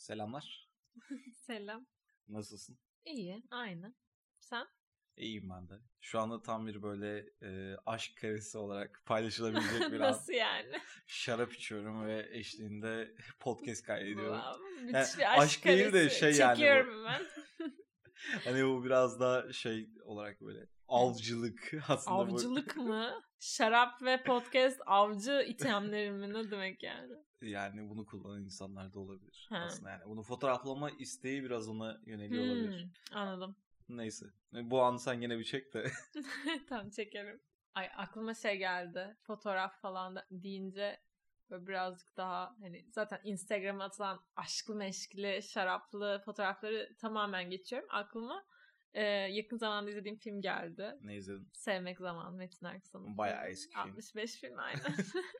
Selamlar. Selam. Nasılsın? İyi, aynı. Sen? İyiyim ben de. Şu anda tam bir böyle aşk karesi olarak paylaşılabilecek bir an. Nasıl yani? Şarap içiyorum ve eşliğinde podcast kaydediyorum. Wow, Yani müthiş bir aşk değil de karesi. yani bu. Çekiyorum ben. Hani bu biraz daha olarak böyle avcılık aslında bu. Avcılık mı? Şarap ve podcast avcı itemleri mi? Ne demek yani? Yani bunu kullanan insanlar da olabilir Ha. aslında yani. Bunu fotoğraflama isteği biraz ona yöneliyor olabilir. Anladım. Neyse. Bu anı sen gene bir çek de. Tamam, çekerim. Ay, aklıma geldi. Fotoğraf falan da deyince böyle birazcık daha hani zaten Instagram'a atılan aşklı meşkli şaraplı fotoğrafları tamamen geçiyorum. Aklıma yakın zamanda izlediğim film geldi. Ne izledin? Sevmek Zamanı, Metin Erksan'ın. Bayağı eski film. 65 film aynen.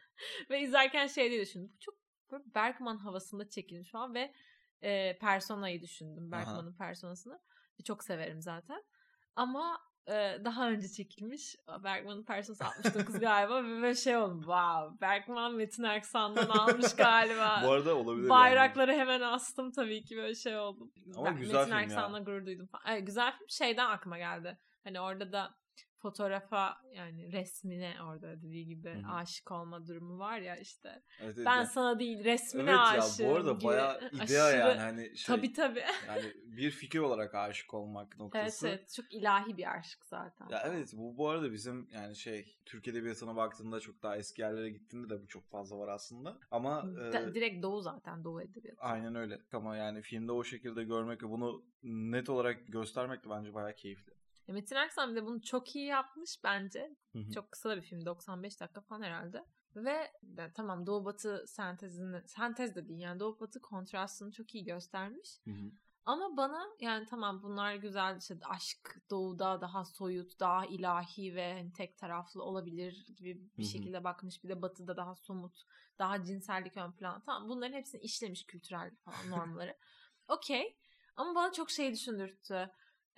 Ve izlerken diye düşündüm. Çok böyle Bergman havasında çekilmiş falan ve Persona'yı düşündüm. Bergman'ın Persona'sını. Çok severim zaten. Ama daha önce çekilmiş. Bergman'ın Persona'sı 69 galiba. Ve böyle oldum. Wow. Bergman Metin Erksan'dan almış galiba. Bu arada olabilir Bayrakları hemen astım tabii ki, böyle oldum. Ama güzel Metin film Erksan'la gurur duydum falan. Güzel film. Şeyden aklıma geldi. Hani orada da fotoğrafa, yani resmine, orada dediği gibi aşık olma durumu var ya işte. Evet, ben sana değil resmine evet aşığım ya, bu arada gibi. bayağı idea aşırı... yani hani Tabii. Yani bir fikir olarak aşık olmak noktası. Evet, çok ilahi bir aşk zaten. Ya evet, bu arada bizim yani Türk Edebiyatı'na baktığında çok daha eski yerlere gittiğinde de bu çok fazla var aslında. Ama direkt Doğu zaten, Doğu Edebiyatı. Aynen öyle. Ama yani filmde o şekilde görmek ve bunu net olarak göstermek de bence bayağı keyifli. Metin Erksan de bunu çok iyi yapmış bence. Çok kısa da bir film, 95 dakika falan herhalde. Ve tamam, Doğu Batı sentez de değil yani, Doğu Batı kontrastını çok iyi göstermiş. Ama bana yani tamam, bunlar güzel, işte aşk Doğu'da daha soyut, daha ilahi ve hani tek taraflı olabilir gibi bir şekilde bakmış. Bir de Batı'da daha somut, daha cinsellik ön plan. Tamam, bunların hepsini işlemiş, kültürel falan normları. Okey. Ama bana çok düşündürttü.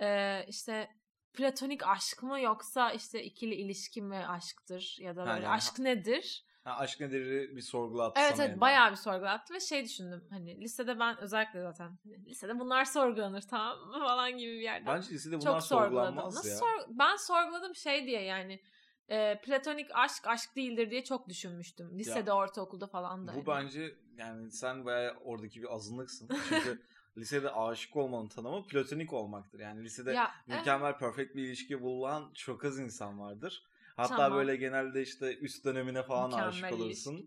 İşte platonik aşk mı, yoksa işte ikili ilişki mi aşktır, ya da böyle aşk nedir? Aşk nedir bir sorgulattı sana. Evet, Evet, bayağı bir sorgulattı ve düşündüm. Hani lisede ben özellikle zaten lisede bunlar sorgulanır tamam mı falan gibi bir yerden. Bence lisede bunlar çok sorgulanmaz Nasıl ya. Ben sorguladım diye yani. Platonik aşk değildir diye çok düşünmüştüm. Lisede, ortaokulda falan da. Bu bence yani sen bayağı oradaki bir azınlıksın. Çünkü lisede aşık olmanın tanımı platonik olmaktır. Yani lisede mükemmel, perfect bir ilişki bulan çok az insan vardır. Hatta böyle genelde işte üst dönemine falan mükemmel aşık olursun.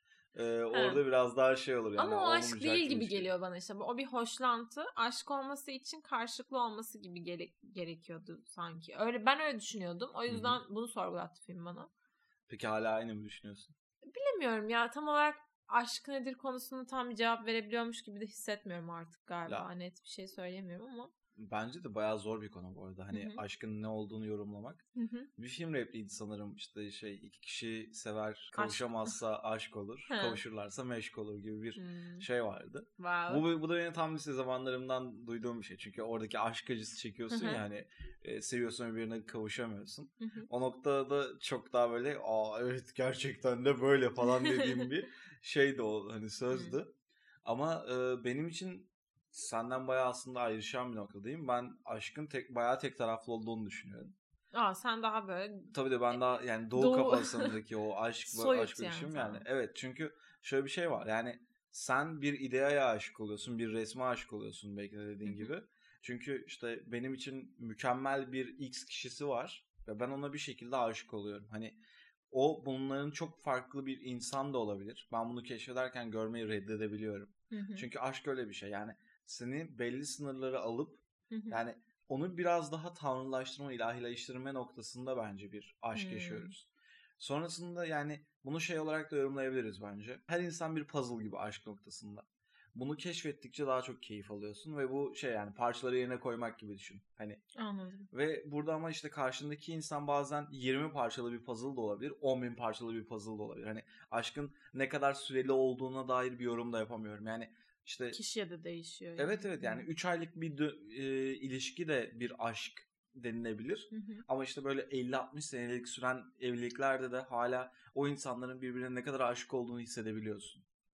Orada biraz daha olur yani. Ama o aşk değil gibi geliyor bana işte. O bir hoşlantı. Aşk olması için karşılıklı olması gibi gerekiyordu sanki. Ben öyle düşünüyordum. O yüzden bunu sorgulattı film bana. Peki hala aynı mı düşünüyorsun? Bilemiyorum ya, tam olarak aşk nedir konusunda tam bir cevap verebiliyormuş gibi de hissetmiyorum artık galiba. Net bir şey söyleyemiyorum ama. Bence de bayağı zor bir konu bu arada. Hani aşkın ne olduğunu yorumlamak. Bir film repliğiydi sanırım, işte iki kişi sever, kavuşamazsa aşk olur, kavuşurlarsa meşk olur gibi bir vardı. Wow. Bu da benim tam lise zamanlarımdan duyduğum bir şey. Çünkü oradaki aşk acısı çekiyorsun ya hani, seviyorsun birine, kavuşamıyorsun. O noktada da çok daha böyle evet gerçekten de böyle falan dediğim bir şeydi o, hani sözdü. Ama benim için senden bayağı aslında ayrışan bir noktadayım. Ben aşkın bayağı tek taraflı olduğunu düşünüyorum. Sen daha böyle. Tabii de ben daha yani Doğu kafasındaki o aşk görüşüm yani. Evet, çünkü şöyle bir şey var. Yani sen bir ideaya aşık oluyorsun, bir resme aşık oluyorsun belki de dediğin gibi. Çünkü işte benim için mükemmel bir X kişisi var ve ben ona bir şekilde aşık oluyorum. Hani bunların çok farklı bir insan da olabilir. Ben bunu keşfederken görmeyi reddedebiliyorum. Çünkü aşk öyle bir şey. Yani seni belli sınırları alıp yani onu biraz daha tanrılaştırma, ilahileştirme noktasında bence bir aşk yaşıyoruz. Sonrasında yani bunu olarak da yorumlayabiliriz bence. Her insan bir puzzle gibi aşk noktasında. Bunu keşfettikçe daha çok keyif alıyorsun ve bu yani parçaları yerine koymak gibi düşün. Hani Anladım. Ve burada ama işte karşındaki insan bazen 20 parçalı bir puzzle da olabilir, 10.000 parçalı bir puzzle da olabilir. Hani aşkın ne kadar süreli olduğuna dair bir yorum da yapamıyorum. Yani işte kişiye de değişiyor. Evet yani 3 aylık bir ilişki de bir aşk denilebilir. Ama işte böyle 50-60 senelik süren evliliklerde de hala o insanların birbirine ne kadar aşık olduğunu hissedebiliyorsun.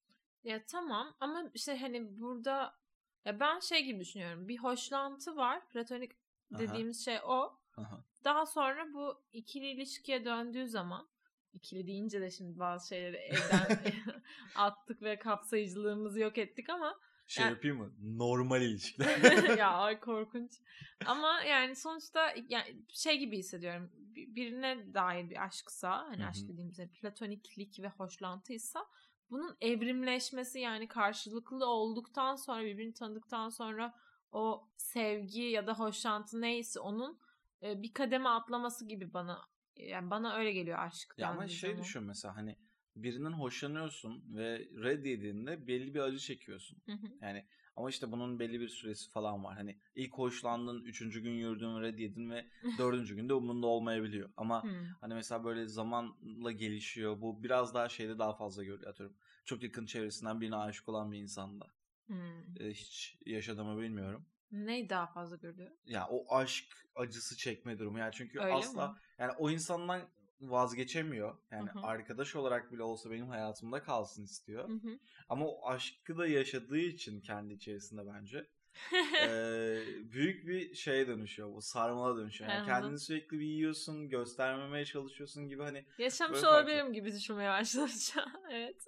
Ya tamam ama işte hani burada ya ben şey gibi düşünüyorum. Bir hoşlantı var. Platonik dediğimiz şey o. Daha sonra bu ikili ilişkiye döndüğü zaman, ikili deyince de şimdi bazı şeyleri elden attık ve kapsayıcılığımızı yok ettik ama yani, yapayım mı? Normal ilişkiler. Ya ay korkunç. Ama yani sonuçta yani şey gibi hissediyorum. Birine dair bir aşksa, hani aşk dediğimizde platoniklik ve hoşlantıysa bunun evrimleşmesi, yani karşılıklı olduktan sonra, birbirini tanıdıktan sonra o sevgi ya da hoşlantı neyse onun bir kademe atlaması gibi bana öyle geliyor aşk. Ya ama şey düşün mesela, hani birinden hoşlanıyorsun ve reddedildiğinde belli bir acı çekiyorsun. Yani ama işte bunun belli bir süresi falan var. Hani ilk hoşlandın, 3. gün yürüdün, reddedildin ve 4. günde umurunda olmayabiliyor. Ama hani mesela böyle zamanla gelişiyor. Bu biraz daha şeyde daha fazla görülüyor. Atıyorum, çok yakın çevresinden birine aşık olan bir insanda. Hiç yaşadığımı bilmiyorum. Neyi daha fazla görülüyor? Ya o aşk acısı çekme durumu. Yani çünkü öyle asla mi? Yani o insandan vazgeçemiyor. Yani arkadaş olarak bile olsa benim hayatımda kalsın istiyor. Ama o aşkı da yaşadığı için kendi içerisinde bence büyük bir şeye dönüşüyor. Bu sarmala dönüşüyor. Yani kendini sürekli bir yiyorsun, göstermemeye çalışıyorsun gibi, hani yaşamış olabilirim gibi düşünmeye başladım şu an. Evet.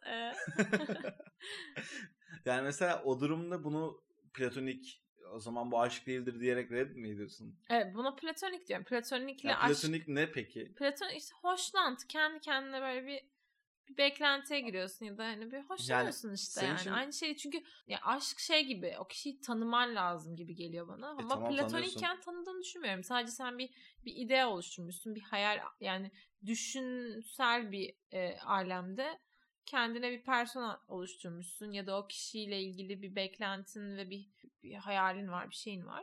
Yani mesela o durumda bunu platonik, o zaman bu aşk değildir diyerek red mi ediyorsun? Evet, buna platonik diyorum. Platonikle yani platonik aşk ne peki? Platonik işte hoşlantı. Kendi kendine böyle bir beklentiye giriyorsun ya da hani bir hoşlanıyorsun yani, işte yani. Için... Aynı şey, çünkü ya aşk şey gibi, o kişiyi tanıman lazım gibi geliyor bana. Ama tamam, platonikken tanıdığını düşünmüyorum. Sadece sen bir idea oluşturmuşsun, bir hayal, yani düşünsel bir alemde kendine bir persona oluşturmuşsun ya da o kişiyle ilgili bir beklentin ve bir hayalin var, bir şeyin var.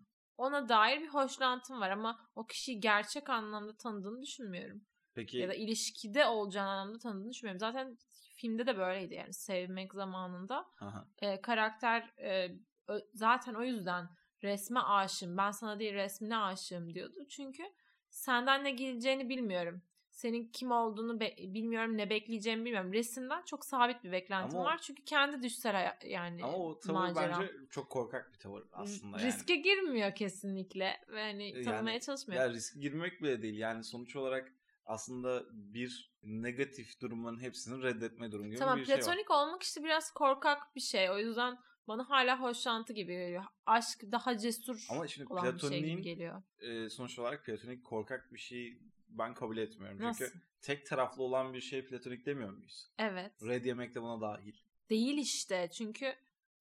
Ona dair bir hoşlantın var ama o kişiyi gerçek anlamda tanıdığını düşünmüyorum. Peki. Ya da ilişkide olacağın anlamda tanıdığını düşünmüyorum. Zaten filmde de böyleydi, yani sevmek zamanında. Karakter zaten o yüzden resme aşığım, ben sana değil resmine aşığım diyordu. Çünkü senden ne geleceğini bilmiyorum. Senin kim olduğunu bilmiyorum, ne bekleyeceğimi bilmiyorum. Resimden çok sabit bir beklentim var. Çünkü kendi düşsel yani ama o tavır maceram. Bence çok korkak bir tavır aslında. Riske girmiyor kesinlikle. Ve hani tanımaya çalışmıyor. Ya riske girmek bile değil. Yani sonuç olarak aslında bir negatif durumların hepsini reddetme durumu gibi bir şey var. Tamam, platonik olmak işte biraz korkak bir şey. O yüzden bana hala hoşlantı gibi geliyor. Aşk daha cesur olan bir şey gibi geliyor. Sonuç olarak platonik korkak bir şey ben kabul etmiyorum. Nasıl? Çünkü tek taraflı olan bir şey platonik demiyor muyuz? Evet. Red yemek de buna dahil. Değil işte. Çünkü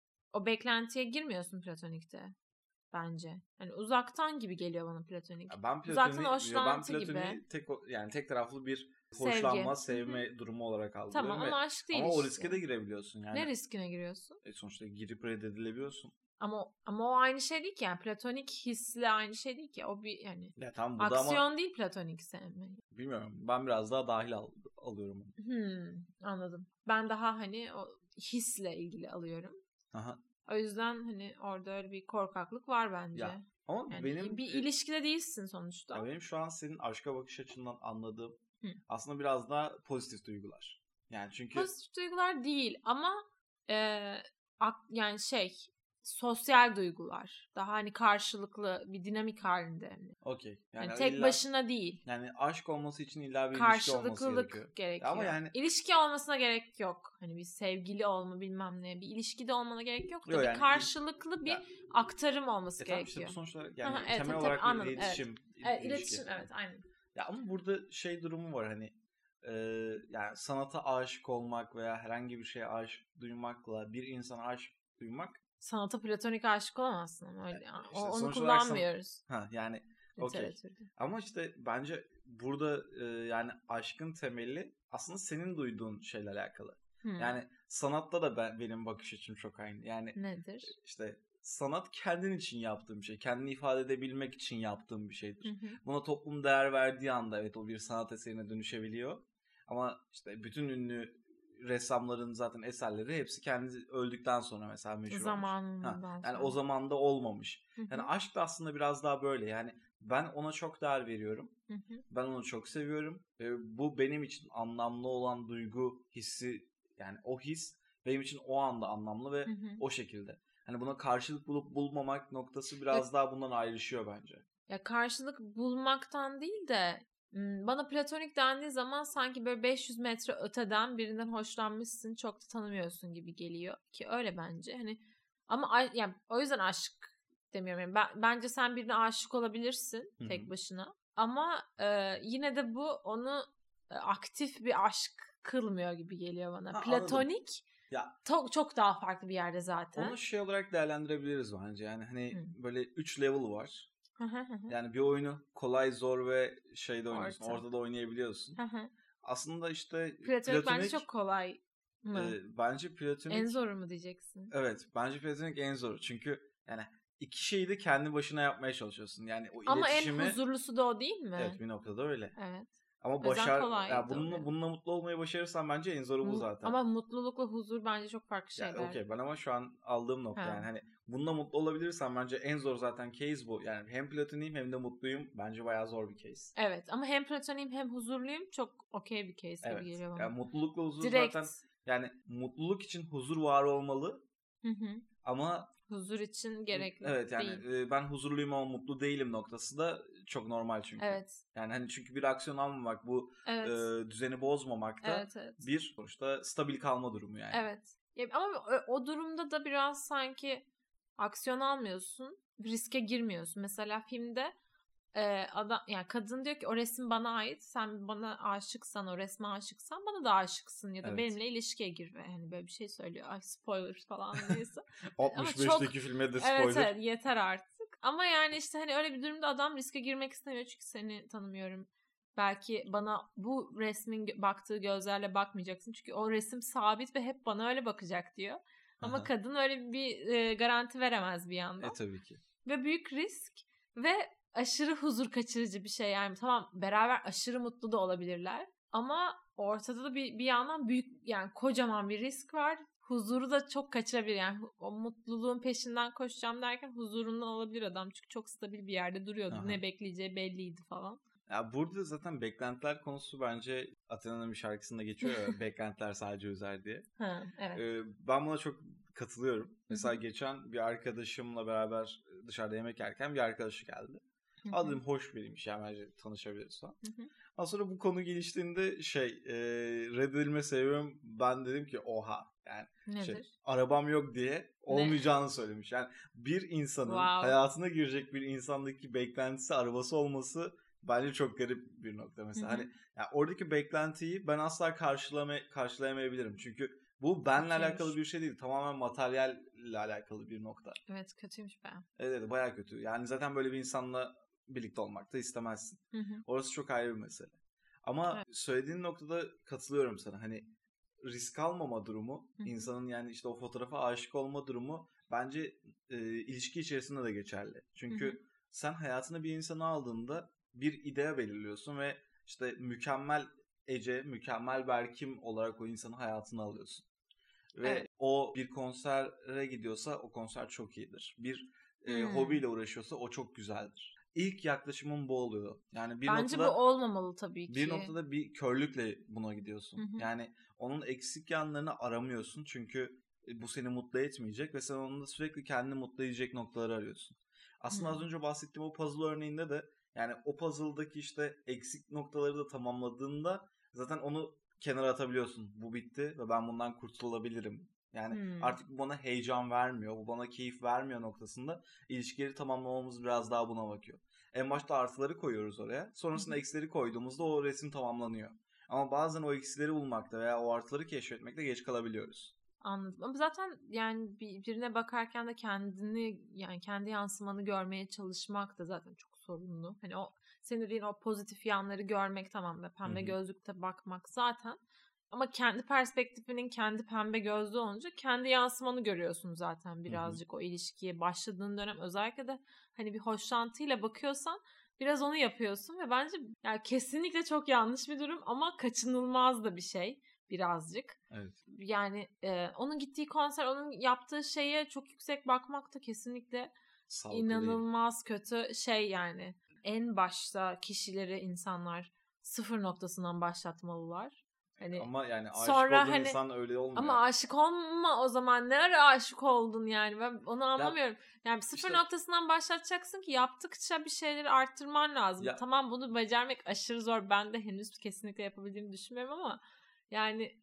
o beklentiye girmiyorsun platonikte. Bence. Hani uzaktan gibi geliyor bana platonik. Uzaktan hoşlantı gibi. Tek taraflı bir hoşlanma, sevme durumu olarak algılıyorum. Tamam ama aşk değil ama işte. O riske de girebiliyorsun yani. Ne riskine giriyorsun? Sonuçta girip reddedilebiliyorsun. Ama o aynı şey değil ki, yani platonik hisle aynı şey değil ki. O bir yani ya tamam, bu aksiyon ama... değil platonik sevme. Bilmiyorum. Ben biraz daha dahil alıyorum. Anladım. Ben daha hani o hisle ilgili alıyorum. Aha. O yüzden hani orada öyle bir korkaklık var bence. Ya, ama yani benim bir ilişkide değilsin sonuçta. Ya benim şu an senin aşka bakış açından anladığım aslında biraz daha pozitif duygular. Yani çünkü pozitif duygular değil ama yani sosyal duygular. Daha hani karşılıklı bir dinamik halinde. Okey. Yani tek başına değil. Yani aşk olması için illa bir ilişki olması gerekiyor. Gerekiyor. Ama yani ilişki olmasına gerek yok. Hani bir sevgili olma bilmem ne. Bir ilişkide olmana gerek yok da bir karşılıklı bir aktarım olması gerekiyor. Tamam işte bu sonuçta yani temel olarak bir iletişim. Evet, iletişim, evet, aynen. Ya ama burada durumu var, hani yani sanata aşık olmak veya herhangi bir şeye aşık duymakla bir insana aşık duymak. Sanata platonik aşık olamazsın ama öyle. İşte onu kullanmıyoruz. Yani okey. Ama işte bence burada yani aşkın temeli aslında senin duyduğun şeyle alakalı. Yani sanatta da benim bakış açım çok aynı. Yani nedir? İşte sanat kendin için yaptığın bir şey. Kendini ifade edebilmek için yaptığın bir şeydir. Buna toplum değer verdiği anda evet o bir sanat eserine dönüşebiliyor. Ama işte bütün ünlü ressamların zaten eserleri hepsi kendi öldükten sonra mesela meşhur olmuş. Yani o zaman da olmamış. Yani aşk da aslında biraz daha böyle. Yani ben ona çok değer veriyorum. Ben onu çok seviyorum. Bu benim için anlamlı olan duygu, hissi, yani o his benim için o anda anlamlı ve o şekilde. Hani buna karşılık bulup bulmamak noktası biraz daha bundan ayrışıyor bence. Ya karşılık bulmaktan değil de bana platonik dendiği zaman sanki böyle 500 metre öteden birinden hoşlanmışsın, çok da tanımıyorsun gibi geliyor ki öyle bence. Hani ama yani o yüzden aşk demiyorum. Yani bence sen birine aşık olabilirsin tek başına. Ama yine de bu onu aktif bir aşk kılmıyor gibi geliyor bana. Platonik ya, çok daha farklı bir yerde zaten. Onu şey olarak değerlendirebiliriz bence. Yani hani böyle 3 level var. Yani bir oyunu kolay, zor ve şeyde oynuyorsun. Ortada oynayabiliyorsun. Aslında işte platonik bence çok kolay mı? Bence platonik en zoru mu diyeceksin? Evet, bence platonik en zoru. Çünkü yani iki şeyi de kendi başına yapmaya çalışıyorsun. Yani o ama iletişimi... en huzurlusu da o değil mi? Evet, bir noktada öyle. Evet. Ama bununla mutlu olmayı başarırsan bence en zoru bu zaten. Ama mutlulukla huzur bence çok farklı şeyler. Okey, ben ama şu an aldığım nokta yani hani bununla mutlu olabilirsen bence en zor zaten case bu. Yani hem platoniyim hem de mutluyum. Bence bayağı zor bir case. Evet, ama hem platoniyim hem huzurluyum çok okey bir case gibi geliyor bana. Yani mutlulukla huzur zaten, yani mutluluk için huzur var olmalı. Ama huzur için gerekli evet yani değil. Ben huzurluyum ama mutlu değilim noktası da çok normal çünkü. Evet. Yani hani çünkü bir aksiyon almamak, bu düzeni bozmamak da bir sonuçta stabil kalma durumu yani. Evet. Ama o durumda da biraz sanki aksiyon almıyorsun, riske girmiyorsun. Mesela filmde adam, yani kadın diyor ki o resim bana ait, sen bana aşıksan, o resme aşıksan bana da aşıksın ya da benimle ilişkiye gir ve hani böyle bir şey söylüyor. Ay spoiler falan neyse. 65'teki filme de spoiler. Evet yeter artık. Ama yani işte hani öyle bir durumda adam riske girmek istemiyor çünkü seni tanımıyorum. Belki bana bu resmin baktığı gözlerle bakmayacaksın çünkü o resim sabit ve hep bana öyle bakacak diyor. Ama kadın öyle bir garanti veremez bir yandan. Tabii ki. Ve büyük risk ve aşırı huzur kaçırıcı bir şey. Yani tamam, beraber aşırı mutlu da olabilirler. Ama ortada da bir yandan büyük, yani kocaman bir risk var. Huzuru da çok kaçırabilir. Yani o mutluluğun peşinden koşacağım derken huzurundan alabilir adam. Çünkü çok stabil bir yerde duruyordu. Ne bekleyeceği belliydi falan. Ya burada zaten beklentiler konusu bence Athena'nın bir şarkısında geçiyor ya, beklentiler sadece üzer diye. Evet. Ben buna çok katılıyorum. Mesela geçen bir arkadaşımla beraber dışarıda yemek yerken bir arkadaşı geldi. Dedim hoş biriymiş yani, bence tanışabiliriz falan. Ondan sonra bu konu geliştiğinde reddedilme sebebim, ben dedim ki oha yani arabam yok diye olmayacağını söylemiş. Yani bir insanın hayatına girecek bir insandaki beklentisi arabası olması bence çok garip bir nokta mesela. Hani yani oradaki beklentiyi ben asla karşılayamayabilirim. Çünkü bu benle alakalı bir şey değil. Tamamen materyalle alakalı bir nokta. Evet, kötüymüş be. Evet, bayağı kötü. Yani zaten böyle bir insanla birlikte olmak da istemezsin. Orası çok ayrı bir mesele. Ama söylediğin noktada katılıyorum sana. Hani risk almama durumu, insanın yani işte o fotoğrafa aşık olma durumu bence ilişki içerisinde de geçerli. Çünkü sen hayatına bir insanı aldığında bir idea belirliyorsun ve işte mükemmel Ece, mükemmel Berkim olarak o insanı hayatına alıyorsun. Ve o bir konsere gidiyorsa o konser çok iyidir. Bir hobiyle uğraşıyorsa o çok güzeldir. İlk yaklaşımım bu oluyor. Yani bence bu olmamalı tabii ki. Bir noktada bir körlükle buna gidiyorsun. Yani onun eksik yanlarını aramıyorsun. Çünkü bu seni mutlu etmeyecek ve sen onunla sürekli kendini mutlu edecek noktaları arıyorsun. Aslında az önce bahsettiğim o puzzle örneğinde de yani o puzzle'daki işte eksik noktaları da tamamladığında zaten onu kenara atabiliyorsun. Bu bitti ve ben bundan kurtulabilirim. Yani artık bu bana heyecan vermiyor, bu bana keyif vermiyor noktasında ilişkileri tamamlamamız biraz daha buna bakıyor. En başta artıları koyuyoruz oraya. Sonrasında eksileri koyduğumuzda o resim tamamlanıyor. Ama bazen o eksileri bulmakta veya o artıları keşfetmekte geç kalabiliyoruz. Anladım. Ama zaten yani birine bakarken de kendini, yani kendi yansımanı görmeye çalışmak da zaten çok sorunlu. Hani o senin dediğin o pozitif yanları görmek tamam, ve pembe gözlükte bakmak zaten. Ama kendi perspektifinin kendi pembe gözlü olunca kendi yansımanı görüyorsun zaten birazcık o ilişkiye başladığın dönem. Özellikle de hani bir hoşlantıyla bakıyorsan biraz onu yapıyorsun ve bence yani kesinlikle çok yanlış bir durum ama kaçınılmaz da bir şey birazcık. Evet. Yani onun gittiği konser, onun yaptığı şeye çok yüksek bakmak da kesinlikle sağlıklı inanılmaz değil. Kötü şey yani. En başta kişileri, insanlar sıfır noktasından başlatmalılar. Hani ama yani aşık sonra olduğun insan öyle olmuyor. Ama aşık olma o zaman. Ne ara aşık oldun yani? Ben onu anlamıyorum. Yani sıfır noktasından başlatacaksın ki yaptıkça bir şeyleri arttırman lazım. Tamam, bunu becermek aşırı zor. Ben de henüz kesinlikle yapabildiğimi düşünmüyorum ama yani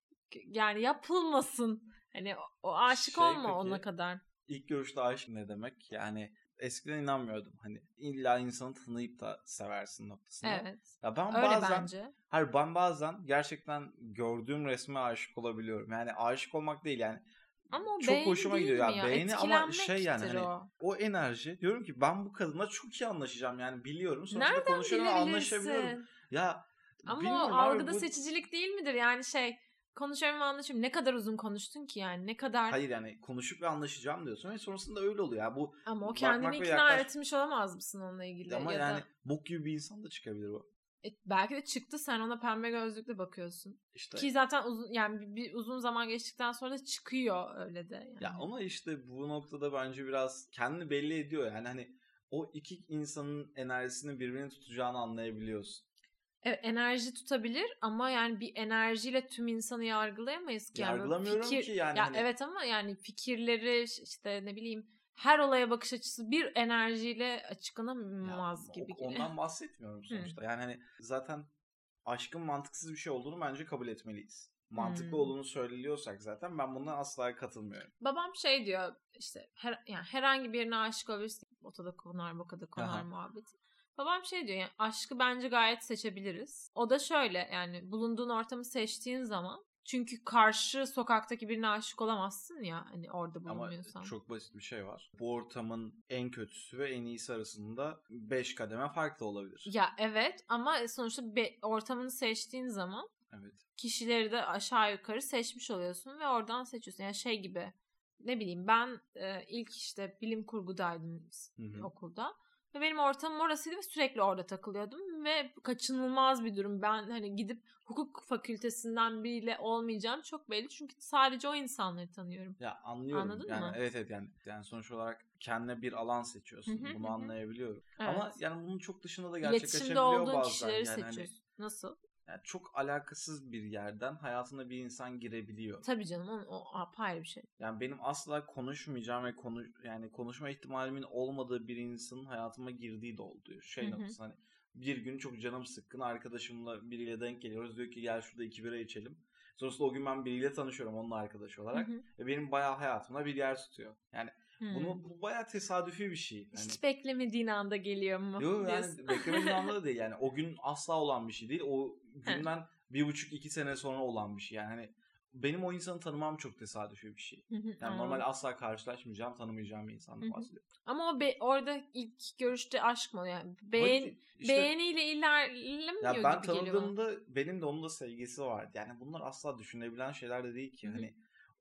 yapılmasın. Hani o aşık olma peki, ona kadar. İlk görüşte aşk ne demek? Yani eskiden inanmıyordum. Hani illa insanı tanıyıp da seversin noktasına. Evet. Ya ben öyle bazen, bence. Hayır, ben bazen gerçekten gördüğüm resme aşık olabiliyorum. Yani aşık olmak değil yani. Ama o çok hoşuma gidiyor ya. Beğeni ama yani hani o enerji. Diyorum ki ben bu kadınla çok iyi anlaşacağım. Yani biliyorum. Sonuçta nereden konuşuyorum ve anlaşabiliyorum. Ya ama o algıda seçicilik değil midir? Yani konuşuyorum ve anlaşıyorum. Ne kadar uzun konuştun ki yani? Ne kadar... Hayır yani konuşup ve anlaşacağım diyorsun ve sonrasında öyle oluyor. Yani bu ama o kendini ikna etmiş olamaz mısın onunla ilgili? Ama yani bok gibi bir insan da çıkabilir o. Belki de çıktı, sen ona pembe gözlükle bakıyorsun. İşte. Ki zaten bir uzun zaman geçtikten sonra da çıkıyor öyle de. Yani. Ya ama işte bu noktada bence biraz kendini belli ediyor. Yani hani o iki insanın enerjisini birbirini tutacağını anlayabiliyorsun. Evet, enerji tutabilir ama yani bir enerjiyle tüm insanı yargılayamayız ki. Yargılamıyorum ki yani. Ya hani... Evet ama yani fikirleri işte ne bileyim her olaya bakış açısı bir enerjiyle açıklanamaz ya, gibi. Ondan bahsetmiyorum sonuçta. Yani hani zaten aşkın mantıksız bir şey olduğunu bence kabul etmeliyiz. Mantıklı olduğunu söylüyorsak zaten ben buna asla katılmıyorum. Babam diyor işte yani herhangi birine aşık olabilirsin. Otada konar, bokada konar muhabbeti. Babam diyor yani aşkı bence gayet seçebiliriz. O da şöyle, yani bulunduğun ortamı seçtiğin zaman, çünkü karşı sokaktaki birine aşık olamazsın ya hani orada bulunmuyorsan. Ama çok basit bir şey var. Bu ortamın en kötüsü ve en iyisi arasında 5 kademe fark da olabilir. Ya evet ama sonuçta ortamını seçtiğin zaman kişileri de aşağı yukarı seçmiş oluyorsun ve oradan seçiyorsun. Yani gibi, ne bileyim ben ilk işte bilim kurgudaydım okulda. Ve benim ortamım orasıydı ve sürekli orada takılıyordum ve kaçınılmaz bir durum. Ben hani gidip hukuk fakültesinden biriyle olmayacağım çok belli. Çünkü sadece o insanları tanıyorum. Ya anlıyorum. Anladın yani mı? Evet yani sonuç olarak kendine bir alan seçiyorsun. Bunu anlayabiliyorum. Evet. Ama yani bunun çok dışında da gerçekleşebiliyor bazen. kişileri yani seçiyorsun. Nasıl? Yani çok alakasız bir yerden hayatına bir insan girebiliyor. Tabii canım, o apayrı bir şey. Yani benim asla konuşmayacağım ve konuşma ihtimalimin olmadığı bir insanın hayatıma girdiği de oldu. Noktası hani bir gün çok canım sıkkın, arkadaşımla biriyle denk geliyoruz. Diyor ki gel şurada 2 bira içelim. Sonrasında o gün ben biriyle tanışıyorum onunla arkadaş olarak. Ve benim bayağı hayatımda bir yer tutuyor. Yani bu bayağı tesadüfi bir şey. Hiç beklemediğin anda geliyor mu? Yok yani beklemediğin anda da değil. Yani o gün asla olan bir şey değil. O günden 1,5-2 sene sonra olan bir şey. Yani hani benim o insanı tanımam çok tesadüfi bir şey. Yani normal asla karşılaşmayacağım, tanımayacağım bir insandan bahsediyorum. Ama orada ilk görüşte aşk mı? Yani beğeniyle ilerlemiyor gibi geliyor. Ben tanıdığımda benim de onun da sevgisi vardı. Yani bunlar asla düşünebilen şeyler de değil ki. Hani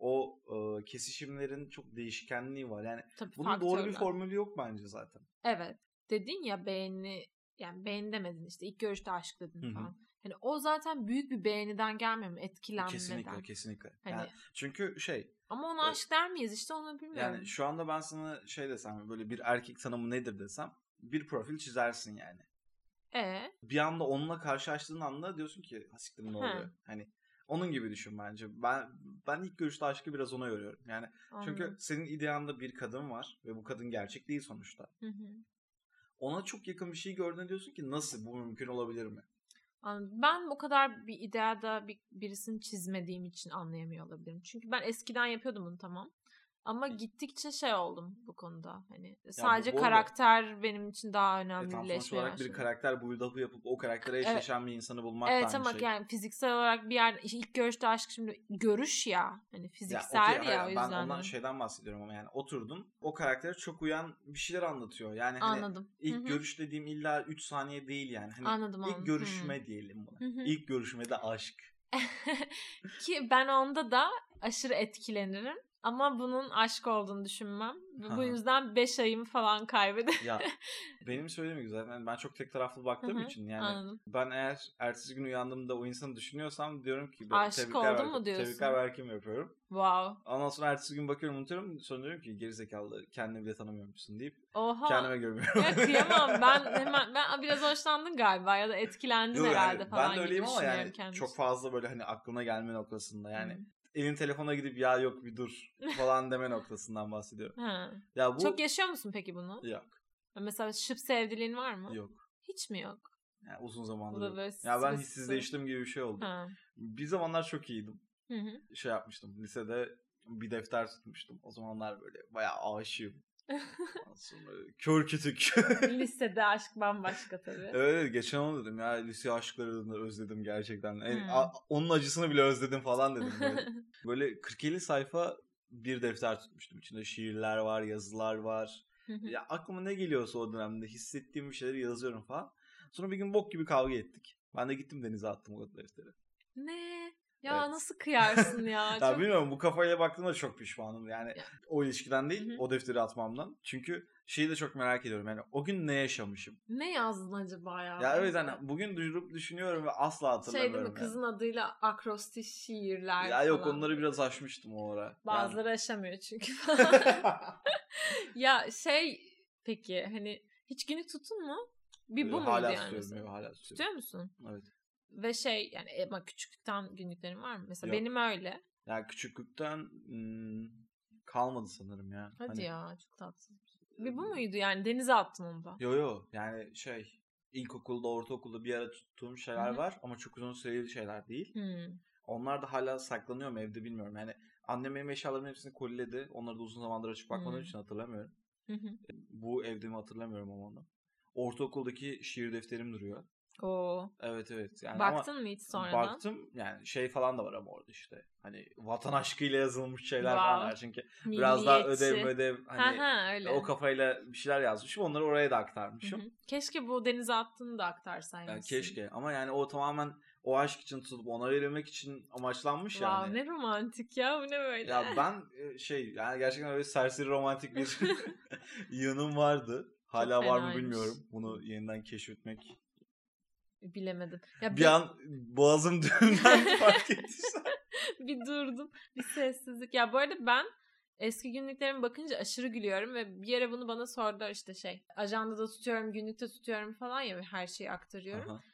o kesişimlerin çok değişkenliği var. Yani tabii, bunun doğru bir formülü yok bence zaten. Evet. Dedin ya beğeni demedin işte ilk görüşte aşk dedin falan. Hani o zaten büyük bir beğeniden gelmiyor mu? Etkilenmeden. Kesinlikle. Hani... Yani çünkü ama ona aşk der miyiz işte, onu bilmiyorum. Yani şu anda ben sana desem, böyle bir erkek tanımı nedir desem, bir profil çizersin yani. Bir anda onunla karşılaştığın anda diyorsun ki hasiktir ne oluyor? Hani onun gibi düşün bence. Ben ilk görüşte aşkı biraz ona yoruyorum. Yani çünkü senin ideanda bir kadın var ve bu kadın gerçek değil sonuçta. Ona çok yakın bir şey gördüğünde diyorsun ki nasıl, bu mümkün olabilir mi? Ben o kadar bir ideada birisini çizmediğim için anlayamıyor olabilirim. Çünkü ben eskiden yapıyordum bunu, tamam. Ama gittikçe oldum bu konuda. Hani sadece karakter benim için daha önemlileşmeye başladı. Sonuç olarak bir karakter build up'ı yapıp o karaktere eşleşen bir insanı bulmak da aynı şey. Evet ama yani fiziksel olarak bir yer, ilk görüşte aşk, şimdi görüş ya. Hani fiziksel ya o yüzden. Ben ondan şeyden bahsediyorum ama yani oturdun, o karaktere çok uyan bir şeyler anlatıyor. Yani hani anladım. İlk görüş dediğim illa 3 saniye değil yani. Hani anladım. İlk görüşme diyelim buna. İlk görüşmede aşk. Ki ben onda da aşırı etkilenirim. Ama bunun aşk olduğunu düşünmem. Bu yüzden 5 ayımı falan kaybederim. Ya benim söylediğim gibi zaten ben çok tek taraflı baktığım için yani anladım. ben eğer ertesi gün uyandığımda o insanı düşünüyorsam diyorum ki aşık oldun mu diyorsun? Tebrikler Berke'mi yapıyorum. Wow. Ondan sonra ertesi gün bakıyorum unutuyorum. Sonra diyorum ki gerizekalı kendini bile tanımıyormuşsun deyip Oha. kendime gömüyorum. Ya kıyamam. Ben biraz hoşlandın galiba ya da etkilendin herhalde yani, falan ben de öyleyim gibi ama yani kendisi. çok fazla böyle hani aklına gelme noktasında yani elin telefona gidip ya yok bir dur falan deme noktasından bahsediyorum. Ya bu... Çok yaşıyor musun peki bunu? Yok. Mesela şıp sevdiliğin var mı? Yok. Hiç mi yok? Yani uzun zamandır yok. Ya ben hissizleştim gibi bir şey oldu. Bir zamanlar çok iyiydim. Şey yapmıştım. Lisede bir defter tutmuştum. O zamanlar böyle bayağı aşığım. Sonra kör kütük. Lisede aşk bambaşka tabii. Evet geçen onu dedim ya lise aşklarını özledim gerçekten. Onun acısını bile özledim falan dedim böyle. Böyle 40-50 sayfa bir defter tutmuştum. İçinde şiirler var, yazılar var. Ya aklıma ne geliyorsa o dönemde hissettiğim bir şeyleri yazıyorum falan. Sonra bir gün bok gibi kavga ettik. Ben de gittim denize attım o defteri. Ne? Ya evet. Nasıl kıyarsın ya? Ya çok... bilmiyorum bu kafayla baktığımda çok pişmanım. Yani o ilişkiden değil o defteri atmamdan. Çünkü şeyi de çok merak ediyorum. Yani o gün ne yaşamışım? Ne yazdın acaba ya? Ya evet hani bugün durup düşünüyorum ve asla hatırlamıyorum. Şey değil mi kızın adıyla akrostiş şiirler ya yok falan. Onları biraz aşmıştım o ara. Bazıları aşamıyor çünkü. Ya peki hani hiç günlük tutun mu? Bir bu hala muydu yani? Hala tutuyorum. Tutuyor musun? Evet. Ve yani ama küçüklükten günlüklerin var mı? Mesela yok. benim öyle. Ya küçüklükten kalmadı sanırım ya. Hadi hani... ya çok tatsız. Bir bu muydu yani? Denize attın onu da. Yo yani ilkokulda ortaokulda bir ara tuttuğum şeyler var ama çok uzun süreli şeyler değil. Onlar da hala saklanıyor mu evde bilmiyorum. Yani annem benim eşyalarımın hepsini koliledi. Onları da uzun zamandır açıp bakmadığım için hatırlamıyorum. Bu evde mi hatırlamıyorum ama onu. Ortaokuldaki şiir defterim duruyor. Oo. Evet. Yani baktın mı hiç sonradan? Baktım yani falan da var ama orada işte. Hani vatan aşkıyla yazılmış şeyler falan var. Çünkü biraz daha ödev hani öyle. o kafayla bir şeyler yazmışım. Onları oraya da aktarmışım. Keşke bu denize attığını da aktarsaymışsın. Yani keşke ama yani o tamamen o aşk için tutup ona verilmek için amaçlanmış yani. Ne romantik ya bu ne böyle. Ya ben yani gerçekten öyle serseri romantik bir yanım vardı. Hala var mı bilmiyorum. Bunu yeniden keşfetmek. Bilemedim. Ya bir an boğazım düğümden fark ettiysen. Bir durdum. Bir sessizlik. Ya bu arada ben eski günlüklerime bakınca aşırı gülüyorum ve bir yere bunu bana sordular işte ajandada tutuyorum, günlükte tutuyorum falan ya her şeyi aktarıyorum. Aha.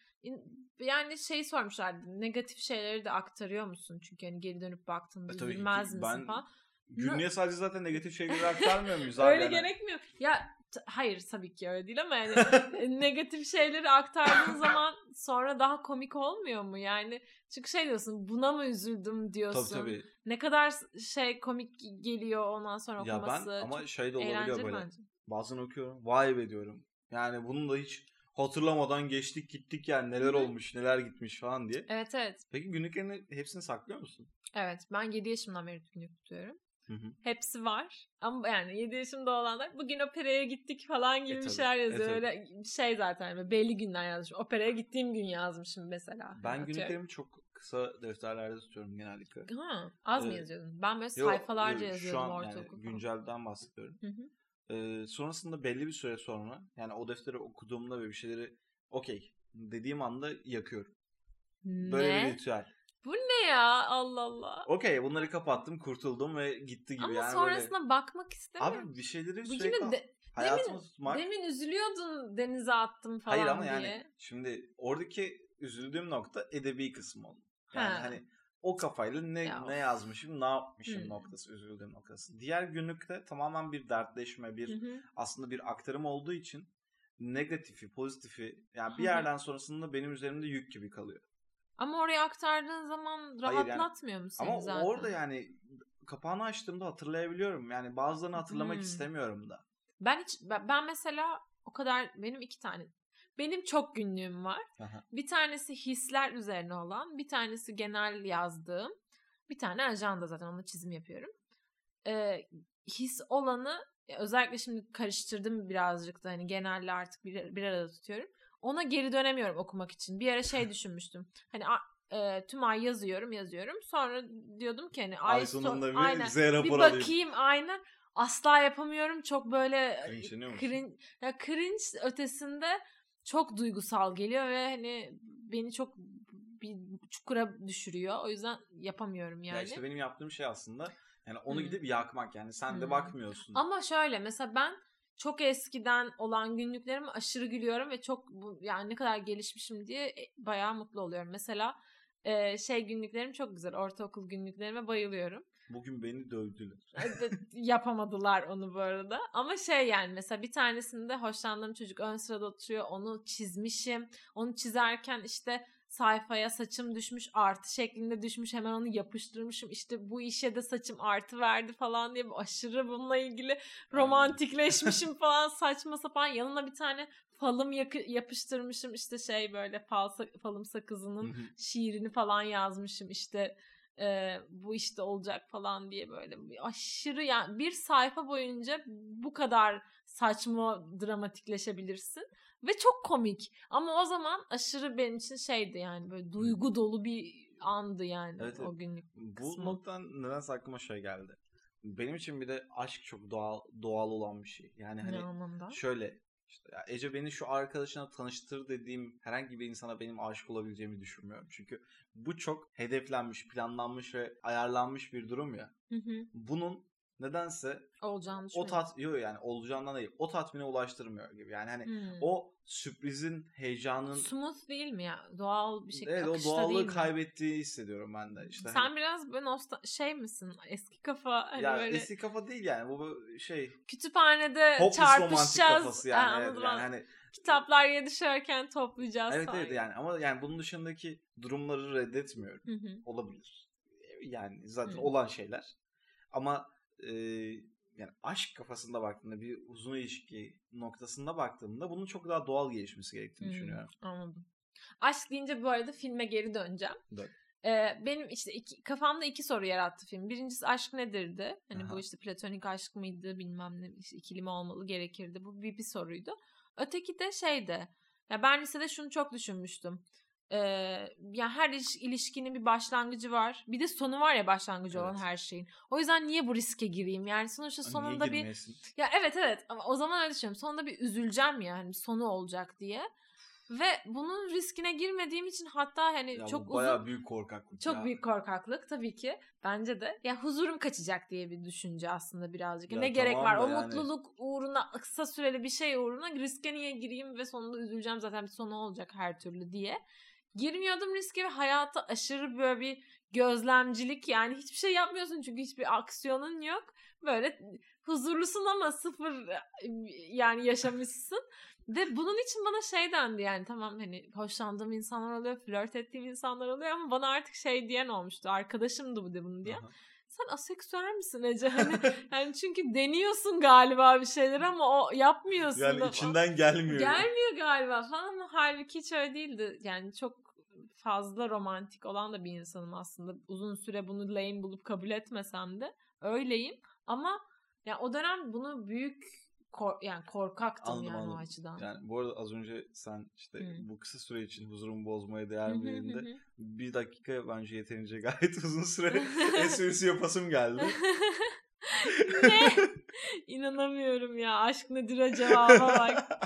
Yani sormuşlardı. Negatif şeyleri de aktarıyor musun? Çünkü hani geri dönüp baktığında üzülmez misin falan. Günlüğe sadece zaten negatif şeyleri aktarmıyor muyuz? Öyle yani? Gerekmiyor. Ya hayır tabii ki öyle değil ama yani negatif şeyleri aktardığın zaman sonra daha komik olmuyor mu? Yani çünkü diyorsun buna mı üzüldüm diyorsun. Tabii. Ne kadar komik geliyor ondan sonra okuması. Ya ben ama de olabiliyor böyle. Bence. Bazen okuyorum. Vay be diyorum. Yani bunun da hiç hatırlamadan geçtik gittik yani neler olmuş neler gitmiş falan diye. Evet. Peki günlüklerini hepsini saklıyor musun? Evet ben 7 yaşımdan beri günlük tutuyorum. Hepsi var. Ama yani 7 yaşımda olanlar bugün operaya gittik falan gibi bir şeyler yazıyor. Öyle zaten belli günler yazmışım. Operaya gittiğim gün yazmışım mesela. Ben günlüklerimi çok kısa defterlerde tutuyorum genellikle. Az mı yazıyordun? Ben böyle sayfalarca yazıyordum ortaokulda. Yani güncelden bahsediyorum. Sonrasında belli bir süre sonra yani o defteri okuduğumda ve bir şeyleri dediğim anda yakıyorum. Böyle bir ritüel. Bu ne ya? Allah Allah. Bunları kapattım, kurtuldum ve gitti gibi. Ama sonrasında bakmak istemiyorum. Abi bir şeyleri sürekli hayatıma tutmak. Demin üzülüyordun denize attım falan diye. Hayır ama yani şimdi oradaki üzüldüğüm nokta edebi kısmı oldu. Yani hani o kafayla ne yazmışım, ne yapmışım noktası, üzüldüğüm noktası. Diğer günlükte tamamen bir dertleşme, aslında bir aktarım olduğu için negatifi, pozitifi yani bir yerden sonrasında benim üzerimde yük gibi kalıyor. Ama oraya aktardığın zaman rahatlatmıyor mu seni zaten? Ama orada yani kapağını açtığımda hatırlayabiliyorum. Yani bazılarını hatırlamak istemiyorum da. Ben mesela o kadar benim 2 tane. Benim çok günlüğüm var. Aha. Bir tanesi hisler üzerine olan, bir tanesi genel yazdığım, bir tane ajanda zaten onunla çizim yapıyorum. His olanı özellikle şimdi karıştırdım birazcık da hani genelle artık bir arada tutuyorum. Ona geri dönemiyorum okumak için. Bir ara düşünmüştüm. Hani tüm ay yazıyorum. Sonra diyordum ki hani ay sonunda bir Z rapor alayım. Bir bakayım aynen. Asla yapamıyorum. Çok böyle cringe ötesinde çok duygusal geliyor ve hani beni çok bir çukura düşürüyor. O yüzden yapamıyorum yani. Ya işte benim yaptığım şey aslında yani onu gidip yakmak, yani sen de bakmıyorsun. Ama şöyle mesela ben çok eskiden olan günlüklerime aşırı gülüyorum ve çok yani ne kadar gelişmişim diye bayağı mutlu oluyorum. Mesela günlüklerim çok güzel. Ortaokul günlüklerime bayılıyorum. Bugün beni dövdüler. Yapamadılar onu bu arada. Ama yani mesela bir tanesinde hoşlandığım çocuk ön sırada oturuyor. Onu çizmişim. Onu çizerken işte sayfaya saçım düşmüş, artı şeklinde düşmüş, hemen onu yapıştırmışım, işte bu işe de saçım artı verdi falan diye aşırı bununla ilgili romantikleşmişim falan, saçma sapan. Yanına bir tane falım yapıştırmışım, işte böyle falım sakızının şiirini falan yazmışım, işte bu işte olacak falan diye, böyle aşırı, yani bir sayfa boyunca bu kadar saçma dramatikleşebilirsin ve çok komik, ama o zaman aşırı benim için yani böyle duygu dolu bir andı yani. Evet, o günlük bu noktadan nedense aklıma geldi. Benim için bir de aşk çok doğal olan bir şey. Yani hani şöyle işte, ya Ece beni şu arkadaşına tanıştır dediğim herhangi bir insana benim aşık olabileceğimi düşünmüyorum. Çünkü bu çok hedeflenmiş, planlanmış ve ayarlanmış bir durum ya. Bunun nedense olacağını yok yani olacağından değil, o tatmine ulaştırmıyor gibi. Yani hani o sürprizin, heyecanın smooth değil mi ya? Doğal bir şekilde, evet, akışta o doğallığı değil mi? kaybettiği hissediyorum ben de. İşte sen biraz böyle misin? Eski kafa hani ya böyle. Eski kafa değil yani. Bu kütüphanede çarpışacağız. Kafası yani. Evet, yani hani kitaplar ya düşerken toplayacağız. Evet yani, ama yani bunun dışındaki durumları reddetmiyorum. Olabilir. Yani zaten olan şeyler. Ama yani aşk kafasında baktığımda, bir uzun ilişki noktasında baktığımda bunun çok daha doğal gelişmesi gerektiğini düşünüyorum. Anladım. Aşk deyince bu arada filme geri döneceğim. Benim işte kafamda 2 soru yarattı film. Birincisi aşk nedirdi? Hani bu işte platonik aşk mıydı, bilmem ne, işte ikili mi olmalı, gerekirdi. Bu bir soruydu. Öteki de ya ben lisede şunu çok düşünmüştüm. Yani her ilişkinin bir başlangıcı var. Bir de sonu var ya, başlangıcı olan her şeyin. O yüzden niye bu riske gireyim? Yani sonuçta sonunda ya evet, ama o zaman öyle düşünüyorum. Sonunda bir üzüleceğim ya, hani sonu olacak diye. Ve bunun riskine girmediğim için, hatta hani ya çok bayağı büyük korkaklık. Çok büyük korkaklık tabii ki. Bence de. Ya huzurum kaçacak diye bir düşünce aslında birazcık. Ne gerek var? O mutluluk uğruna, kısa süreli bir şey uğruna riske niye gireyim ve sonunda üzüleceğim, zaten bir sonu olacak her türlü diye. Girmiyordum riske ve hayata aşırı böyle bir gözlemcilik, yani hiçbir şey yapmıyorsun çünkü hiçbir aksiyonun yok. Böyle huzurlusun ama sıfır yani yaşamışsın. Ve bunun için bana dendi, yani tamam hani hoşlandığım insanlar oluyor, flört ettiğim insanlar oluyor, ama bana artık diyen olmuştu. Arkadaşımdı bu bunu diye. Sen aseksüel misin Ece? Hani yani çünkü deniyorsun galiba bir şeyler ama o yapmıyorsun. Yani içinden gelmiyor. Gelmiyor galiba falan, ama halbuki hiç öyle değildi. Yani çok fazla romantik olan da bir insanım aslında. Uzun süre bunu lame bulup kabul etmesem de öyleyim. Ama ya o dönem bunu büyük korkaktım. Anladım. O açıdan. Yani bu arada az önce sen işte bu kısa süre için huzurumu bozmaya değer mi dediğinde 1 dakika bence yeterince gayet uzun süre esprisi yapasım geldi. Ne? İnanamıyorum ya. Aşk nedir cevaba bak.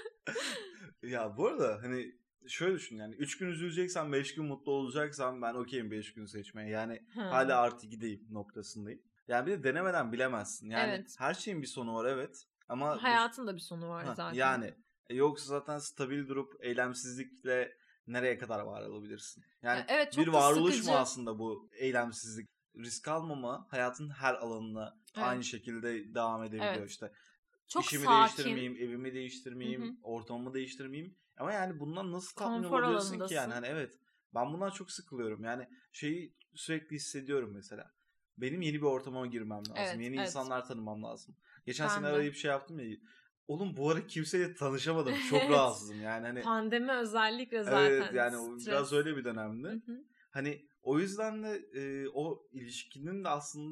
Ya bu arada hani şöyle düşün, yani 3 gün üzüleceksen 5 gün mutlu olacaksan ben okeyim 5 gün seçmeye. Yani hala artı gideyim noktasındayım. Yani bir de denemeden bilemezsin. Yani her şeyin bir sonu var, evet. Ama hayatın da bir sonu var zaten. Yani yoksa zaten stabil durup eylemsizlikle nereye kadar var olabilirsin? Yani bir varoluş mu aslında bu eylemsizlik? Risk almama hayatın her alanına aynı şekilde devam edebiliyor işte. Çok İşimi sakin. Değiştirmeyeyim, evimi değiştirmeyeyim, ortamımı değiştirmeyeyim. Ama yani bundan nasıl tatmin olabiliyorsun ki yani? Hani evet, ben bundan çok sıkılıyorum. Yani sürekli hissediyorum mesela. Benim yeni bir ortama girmem lazım. Yeni insanlar tanımam lazım. Geçen sene arayıp yaptım ya. Oğlum bu ara kimseyle tanışamadım. Çok rahatsızım yani. Hani pandemi özellikle zaten. Evet yani biraz öyle bir dönemdi. Hani o yüzden de o ilişkinin de aslında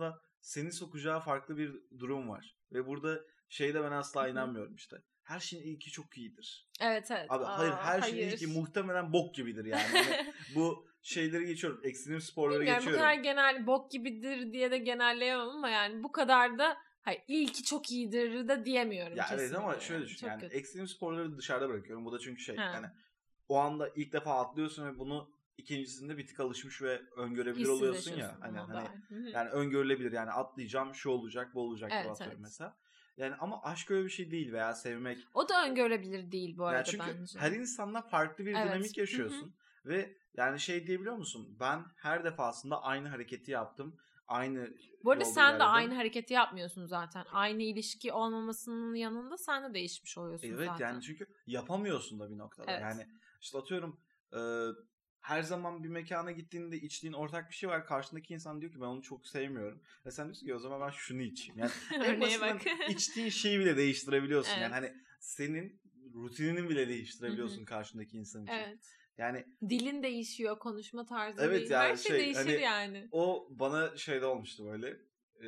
seni sokacağı farklı bir durum var. Ve burada şeyde ben asla inanmıyorum işte. Her şeyin ilki çok iyidir. Evet. Abi hayır, her şeyin ilki muhtemelen bok gibidir yani. Hani bu şeyleri geçiyorum. Ekstrem sporları bilmiyorum, geçiyorum. Bu kadar genel bok gibidir diye de genelleyemem ama yani bu kadar da hayır ilki çok iyidir de diyemiyorum ya kesinlikle. Evet ama şöyle düşün yani kötü. ekstrem sporları dışarıda bırakıyorum. Bu da çünkü yani o anda ilk defa atlıyorsun ve bunu ikincisinde bir tık alışmış ve öngörebilir oluyorsun ya. Hani yani öngörülebilir yani atlayacağım şu olacak bu olacak gibi atıyorum mesela. Yani ama aşk öyle bir şey değil veya sevmek. O da öngörülebilir değil bu arada yani çünkü bence. her insanla farklı bir dinamik yaşıyorsun. Ve yani şey diyebiliyor musun? Ben her defasında aynı hareketi yaptım. Aynı bu arada sen de aynı hareketi yapmıyorsun zaten. Aynı ilişki olmamasının yanında sen de değişmiş oluyorsun zaten. Evet yani çünkü yapamıyorsun da bir noktada. Evet. Yani işte atıyorum her zaman bir mekana gittiğinde içtiğin ortak bir şey var. Karşındaki insan diyor ki ben onu çok sevmiyorum. Ve sen diyorsun ki o zaman ben şunu içeyim. Yani en basitinden içtiğin şeyi bile değiştirebiliyorsun. Evet. Yani hani senin rutinini bile değiştirebiliyorsun karşındaki insan için. Evet. Yani dilin değişiyor, konuşma tarzın değişiyor. Yani her şey değişir hani, yani. O bana şeyde olmuştu böyle.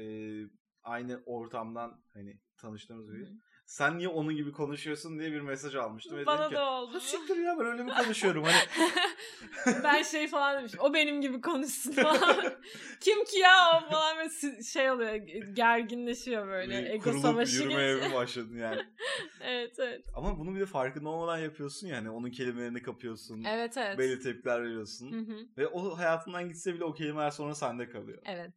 Aynı ortamdan hani tanıştığımız gibi. Sen niye onun gibi konuşuyorsun diye bir mesaj almıştım. Bana dedim ki, da oldu. Ha siktir ya ben öyle mi konuşuyorum? Hani ben şey falan demişim. O benim gibi konuşsun falan. Kim ki ya o falan ve şey oluyor. Gerginleşiyor böyle. Ego savaşı yürümeye mi başladın yani? evet. Ama bunu bir de farkında olmadan yapıyorsun yani. Onun kelimelerini kapıyorsun. Evet. Belli tepkiler veriyorsun. Ve o hayatından gitse bile o kelimeler sonra sende kalıyor. Evet.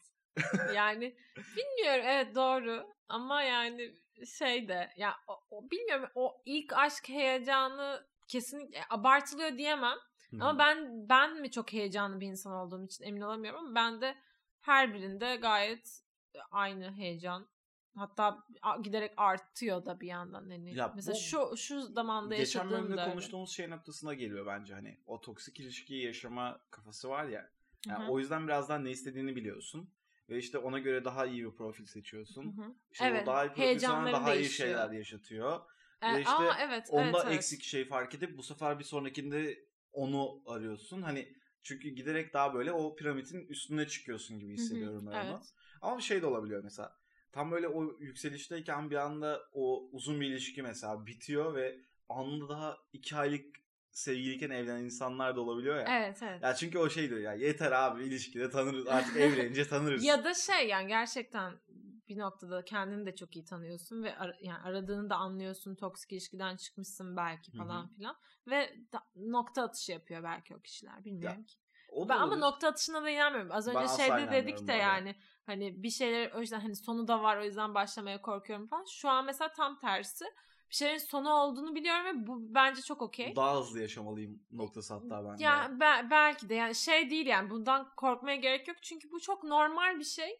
Yani bilmiyorum, evet doğru ama yani şey de ya bilmiyorum, o ilk aşk heyecanı kesinlikle abartılıyor diyemem. Ama ben mi çok heyecanlı bir insan olduğum için emin olamıyorum ama ben de her birinde gayet aynı heyecan, hatta giderek artıyor da bir yandan hani. Ya mesela şu zamanda yaşadığım da geçen bölümde konuştuğumuz şey noktasına geliyor bence, hani o toksik ilişkiyi yaşama kafası var ya. Yani o yüzden birazdan ne istediğini biliyorsun. Ve işte ona göre daha iyi bir profil seçiyorsun. İşte evet. O daha iyi profil sana daha iyi şeyler yaşatıyor. Ve işte onda eksik şey fark edip bu sefer bir sonrakinde onu arıyorsun. Hani çünkü giderek daha böyle o piramidin üstüne çıkıyorsun gibi hissediyorum ben onu. Ama bir şey de olabiliyor mesela. Tam böyle o yükselişteyken bir anda o uzun bir ilişki mesela bitiyor ve anında daha 2 aylık sevgiliyken evlenen insanlar da olabiliyor ya. Evet. Ya çünkü o şey diyor ya, yeter abi ilişkide tanırız artık, evlenince tanırız. Ya da şey yani gerçekten bir noktada kendini de çok iyi tanıyorsun ve yani aradığını da anlıyorsun, toksik ilişkiden çıkmışsın belki falan filan ve nokta atışı yapıyor belki o kişiler, bilmiyorum ki. Ama nokta atışına da inanmıyorum. Az önce şeyde dedik de yani hani bir şeyler o yüzden hani sonu da var, o yüzden başlamaya korkuyorum falan. Şu an mesela tam tersi. Bir şeylerin sonu olduğunu biliyorum ve bu bence çok okey. Daha hızlı yaşamalıyım noktası hatta bende. Ya belki de yani şey değil yani bundan korkmaya gerek yok. Çünkü bu çok normal bir şey.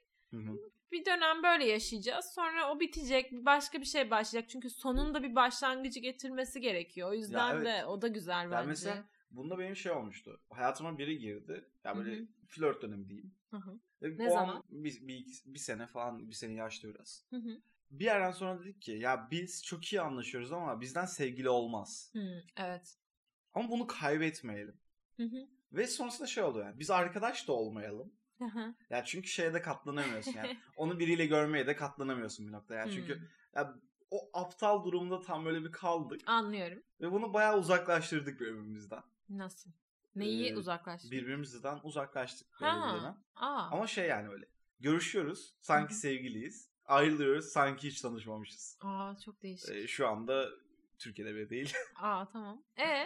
Bir dönem böyle yaşayacağız. Sonra o bitecek. Başka bir şey başlayacak. Çünkü sonunda bir başlangıcı getirmesi gerekiyor. O yüzden de o da güzel bence. Mesela bunda benim şey olmuştu. Hayatıma biri girdi. Ya böyle flört dönemi diyeyim. Ne zaman? Bir sene falan, bir sene yaşlı biraz. Bir yerden sonra dedik ki ya biz çok iyi anlaşıyoruz ama bizden sevgili olmaz. Evet. Ama bunu kaybetmeyelim. Ve sonrasında şey oldu yani. Biz arkadaş da olmayalım. Yani çünkü şeye de katlanamıyorsun yani. Onu biriyle görmeye de katlanamıyorsun bir nokta. Yani çünkü ya, o aptal durumda tam böyle bir kaldık. Anlıyorum. Ve bunu bayağı uzaklaştırdık birbirimizden. Nasıl? Neyi uzaklaştırdık? Birbirimizden uzaklaştık böyle bir dönem. Ama şey yani öyle. Görüşüyoruz. Sanki sevgiliyiz. Ayrılıyoruz. Sanki hiç tanışmamışız. Çok değişik. Şu anda Türkiye'de bile değil. Tamam.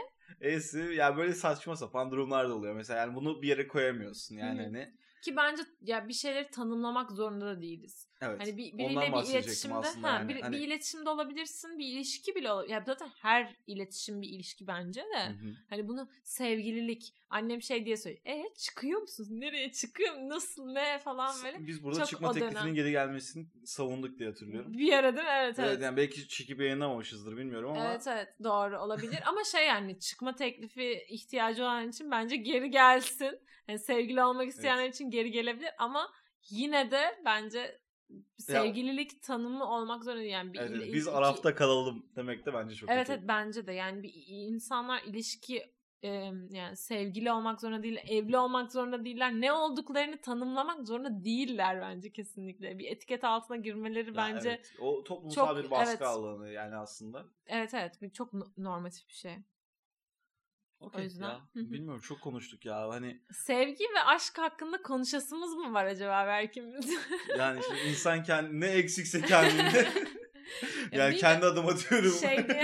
E'si ya böyle saçma sapan durumlar da oluyor. Mesela yani bunu bir yere koyamıyorsun yani hani. Ki bence ya bir şeyleri tanımlamak zorunda da değiliz. Evet. Hani biriyle bir iletişimde yani. Bir iletişimde olabilirsin, bir ilişki bile olabilir. Ya zaten her iletişim bir ilişki bence de. Hani bunu sevgililik, annem şey diye söylüyor. Çıkıyor musunuz? Nereye çıkıyorum? Nasıl? Ne falan böyle. Biz burada çok çıkma teklifinin geri gelmesini savunduk diye hatırlıyorum. Bir ara değil mi? Evet. Yani belki çekip yayınlamamışızdır bilmiyorum ama. Evet doğru olabilir ama şey yani çıkma teklifi ihtiyacı olan için bence geri gelsin. Yani sevgili olmak isteyenler için geri gelebilir ama yine de bence sevgililik tanımı olmak zorunda yani. Biz Araf'ta kalalım demek de bence çok evet bence de yani insanlar ilişki yani sevgili olmak zorunda değil, evli olmak zorunda değiller. Ne olduklarını tanımlamak zorunda değiller bence kesinlikle. Bir etiket altına girmeleri ya bence evet. O toplumsal bir baskı alanı yani aslında. Evet. Çok normatif bir şey. O yüzden ya, bilmiyorum, çok konuştuk ya. Hani sevgi ve aşk hakkında konuşasımız mı var acaba Berk'imiz? Yani işte insan ne eksikse kendinde. Yani kendi adıma diyorum.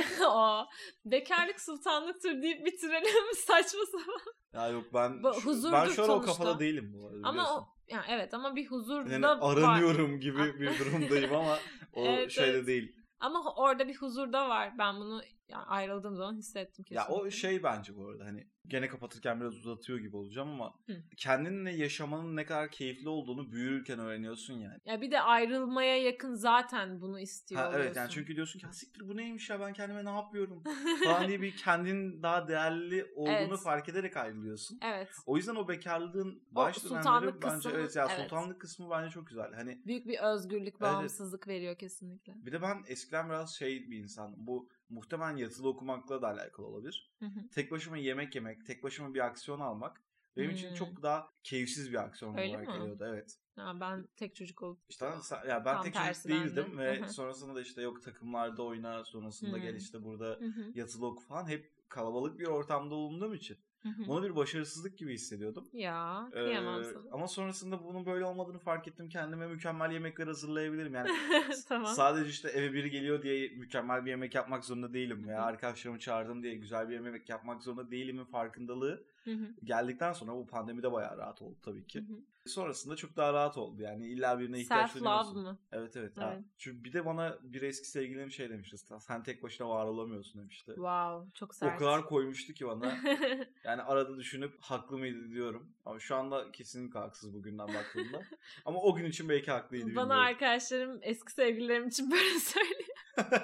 O bekarlık sultanlıktır deyip bitirelim saçma sapan. Ya yok, ben şu an o kafada değilim bu arada. Ama yani evet, ama bir huzur yani da aranıyorum var gibi bir durumdayım ama o evet, şeyde değil. Ama orada bir huzur da var. Ben bunu yani ayrıldığım zaman hissettim kesinlikle. Ya o bence bu arada, hani gene kapatırken biraz uzatıyor gibi olacağım ama kendinle yaşamanın ne kadar keyifli olduğunu büyürken öğreniyorsun yani. Ya bir de ayrılmaya yakın zaten bunu istiyor oluyorsun. Evet yani çünkü diyorsun ki siktir bu neymiş ya, ben kendime ne yapıyorum falan diye bir kendin daha değerli olduğunu fark ederek ayrılıyorsun. Evet. O yüzden o bekarlığın baş dönemleri bence sultanlık kısmı bence çok güzel. Hani büyük bir özgürlük, bağımsızlık veriyor kesinlikle. Bir de ben eskiden biraz bir insan. Bu muhtemelen yatılı okumakla da alakalı olabilir. Tek başıma yemek yemek, tek başıma bir aksiyon almak benim için çok daha keyifsiz bir aksiyon olarak geliyordu. Evet. Ya ben tek çocuk olup ya ben tek çocuk değildim ve sonrasında da işte yok takımlarda oyna, sonrasında gel işte burada yatılı oku falan, hep kalabalık bir ortamda bulunduğum için bunu bir başarısızlık gibi hissediyordum. Ya kıyamam sana. Ama sonrasında bunun böyle olmadığını fark ettim. Kendime mükemmel yemekler hazırlayabilirim. Yani tamam. Sadece işte eve biri geliyor diye mükemmel bir yemek yapmak zorunda değilim. Veya arkadaşlarımı çağırdım diye güzel bir yemek yapmak zorunda değilimin farkındalığı geldikten sonra, bu pandemide bayağı rahat oldu tabii ki. Sonrasında çok daha rahat oldu. Yani illa birine ihtiyaç duymuyorsun. Self-love mı? Evet. Ha. Çünkü bir de bana bir eski sevgilim demişti. Sen tek başına var olamıyorsun demişti. Wow, çok sert. O kadar koymuştu ki bana. Yani arada düşünüp haklı mıydı diyorum. Ama şu anda kesinlikle haksız bugünden baktığımda. Ama o gün için belki haklıydı. Bana bilmiyorum. Arkadaşlarım eski sevgililerim için böyle söylüyor.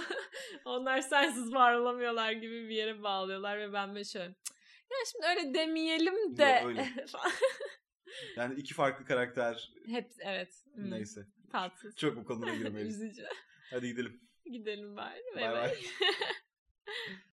Onlar sensiz var olamıyorlar gibi bir yere bağlıyorlar ve ben böyle şöyle ya şimdi öyle demeyelim de. Yok, öyle. Yani iki farklı karakter. Hep evet. Neyse. Tatsız. Çok bu konuya girmeyiz. Üzücü. Hadi gidelim. Gidelim bari. Bay bay.